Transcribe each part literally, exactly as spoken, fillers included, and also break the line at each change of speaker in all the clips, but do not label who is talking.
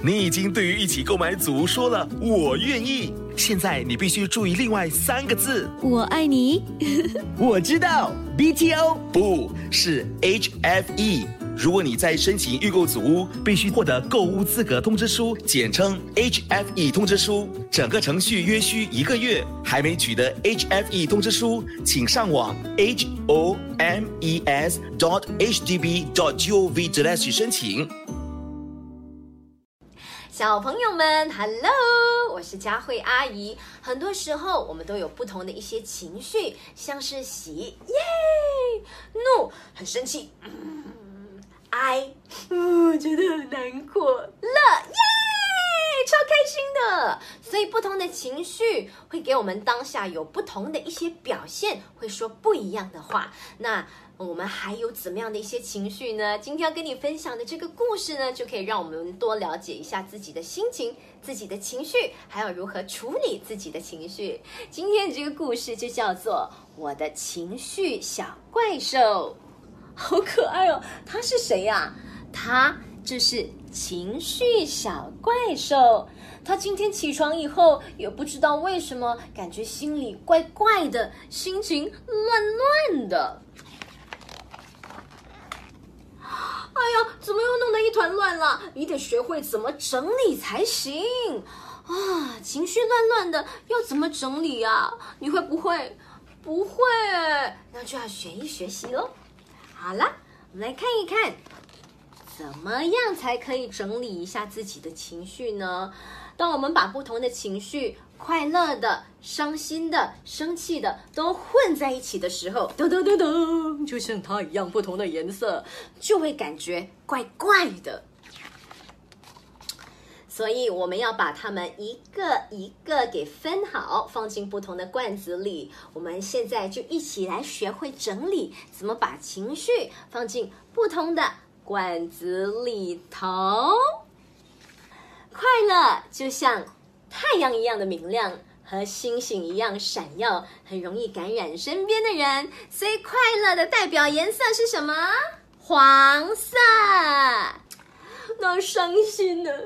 你已经对于一起购买组说了我愿意，现在你必须注意另外三个字。
我爱你。
我知道 B T O
不是 H F E。如果你在申请预购组屋，必须获得购屋资格通知书，简称 H F E 通知书，整个程序约需一个月。还没取得 H F E 通知书，请上网 h o m e s dot h d b dot gov slash 申请。
小朋友们 ，Hello， 我是佳慧阿姨。很多时候，我们都有不同的一些情绪，像是喜，耶，怒，很生气，嗯，哀，嗯，觉得很难过，乐，耶，超开心的。所以，不同的情绪会给我们当下有不同的一些表现，会说不一样的话。那我们还有怎么样的一些情绪呢？今天要跟你分享的这个故事呢，就可以让我们多了解一下自己的心情、自己的情绪，还有如何处理自己的情绪。今天的这个故事就叫做《我的情绪小怪兽》，好可爱哦！他是谁呀？他就是情绪小怪兽。他今天起床以后，也不知道为什么，感觉心里怪怪的，心情乱乱的。哎呀，怎么又弄得一团乱了？你得学会怎么整理才行啊！情绪乱乱的，要怎么整理啊？你会不会？不会，那就要学一学习咯。好了，我们来看一看，怎么样才可以整理一下自己的情绪呢？当我们把不同的情绪，快乐的、伤心的、生气的都混在一起的时候，噔噔噔噔，就像它一样不同的颜色，就会感觉怪怪的。所以我们要把它们一个一个给分好，放进不同的罐子里。我们现在就一起来学会整理，怎么把情绪放进不同的罐子里头。快乐就像太阳一样的明亮，和星星一样闪耀，很容易感染身边的人。所以快乐的代表颜色是什么？黄色。那伤心呢？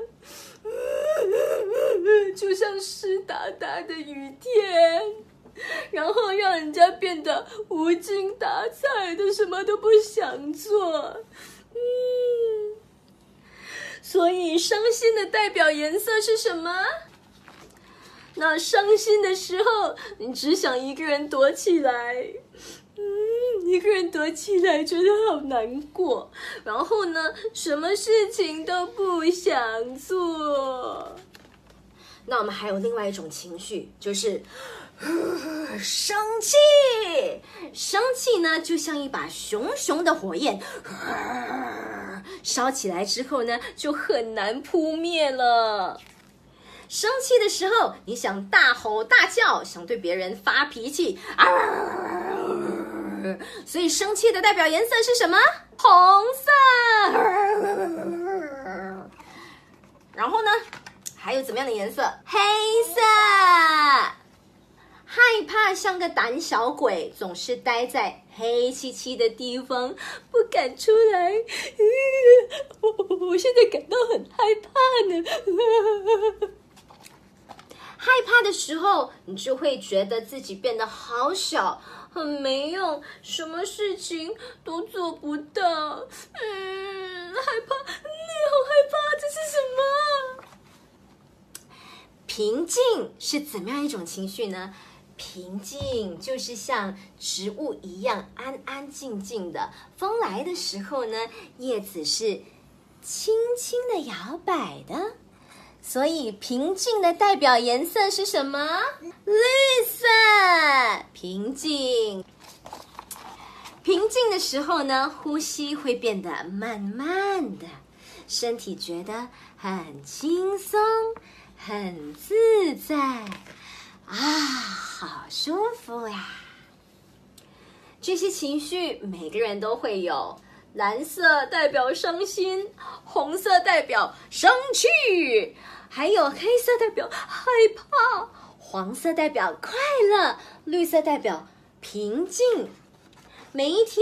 就像湿哒哒的雨天，然后让人家变得无精打采的，什么都不想做。嗯，所以伤心的代表颜色是什么？那伤心的时候，你只想一个人躲起来，嗯，一个人躲起来，觉得好难过。然后呢，什么事情都不想做。那我们还有另外一种情绪，就是、呃、生气。生气呢，就像一把熊熊的火焰，呃、烧起来之后呢，就很难扑灭了。生气的时候，你想大吼大叫，想对别人发脾气，啊，所以生气的代表颜色是什么？红色。然后呢，还有怎么样的颜色？黑色。害怕像个胆小鬼，总是待在黑漆漆的地方，不敢出来。我, 我现在感到很害怕呢。害怕的时候，你就会觉得自己变得好小，很没用，什么事情都做不到。嗯，害怕，嗯，好害怕，这是什么？平静是怎么样一种情绪呢？平静就是像植物一样安安静静的，风来的时候呢，叶子是轻轻的摇摆的。所以平静的代表颜色是什么？绿色。平静。平静的时候呢，呼吸会变得慢慢的，身体觉得很轻松，很自在啊，好舒服呀。这些情绪每个人都会有，蓝色代表伤心，红色代表生气，还有黑色代表害怕，黄色代表快乐，绿色代表平静。每一天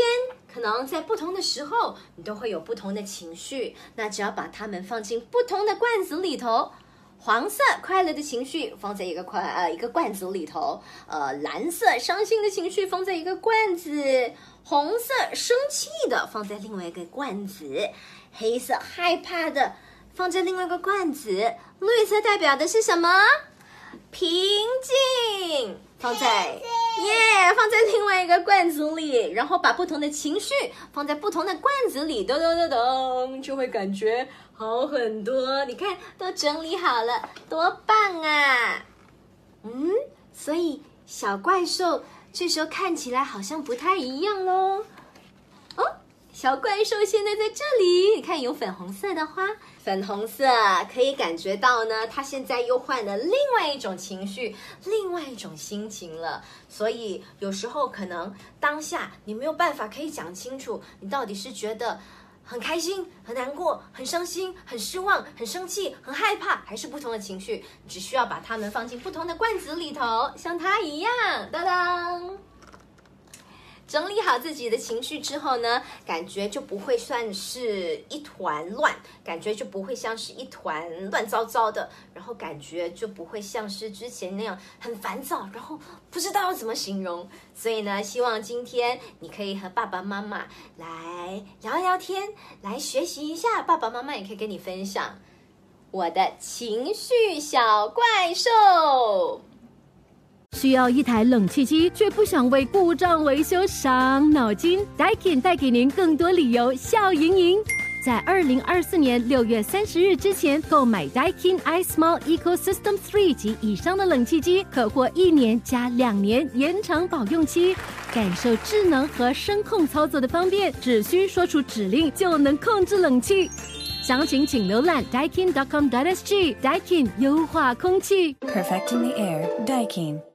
可能在不同的时候，你都会有不同的情绪。那只要把它们放进不同的罐子里头，黄色快乐的情绪放在一个罐呃一个罐子里头，呃蓝色伤心的情绪放在一个罐子，红色生气的放在另外一个罐子，黑色害怕的放在另外一个罐子，绿色代表的是什么？平静，放在耶、yeah, 放在另外一个罐子里，然后把不同的情绪放在不同的罐子里，咚咚咚咚，就会感觉好很多。你看，都整理好了，多棒啊！嗯，所以小怪兽这时候看起来好像不太一样咯。哦，小怪兽现在在这里，你看有粉红色的花，粉红色可以感觉到呢，它现在又换了另外一种情绪，另外一种心情了。所以有时候可能当下你没有办法可以讲清楚，你到底是觉得很开心、很难过、很伤心、很失望、很生气、很害怕，还是不同的情绪，你只需要把它们放进不同的罐子里头，像它一样，当当。整理好自己的情绪之后呢，感觉就不会算是一团乱，感觉就不会像是一团乱糟糟的，然后感觉就不会像是之前那样很烦躁，然后不知道要怎么形容。所以呢，希望今天你可以和爸爸妈妈来聊一聊天，来学习一下，爸爸妈妈也可以跟你分享我的情绪小怪兽。
需要一台冷气机，却不想为故障维修伤脑筋 Daikin 带给您更多理由笑盈盈。在二零二四年六月三十日之前购买 Daikin iSmall Ecosystem 三及以上的冷气机，可获一年加两年延长保用期，感受智能和声控操作的方便，只需说出指令就能控制冷气。详情请浏览 daikin dot com dot s g。 Daikin 优化空气
Perfecting the air, Daikin.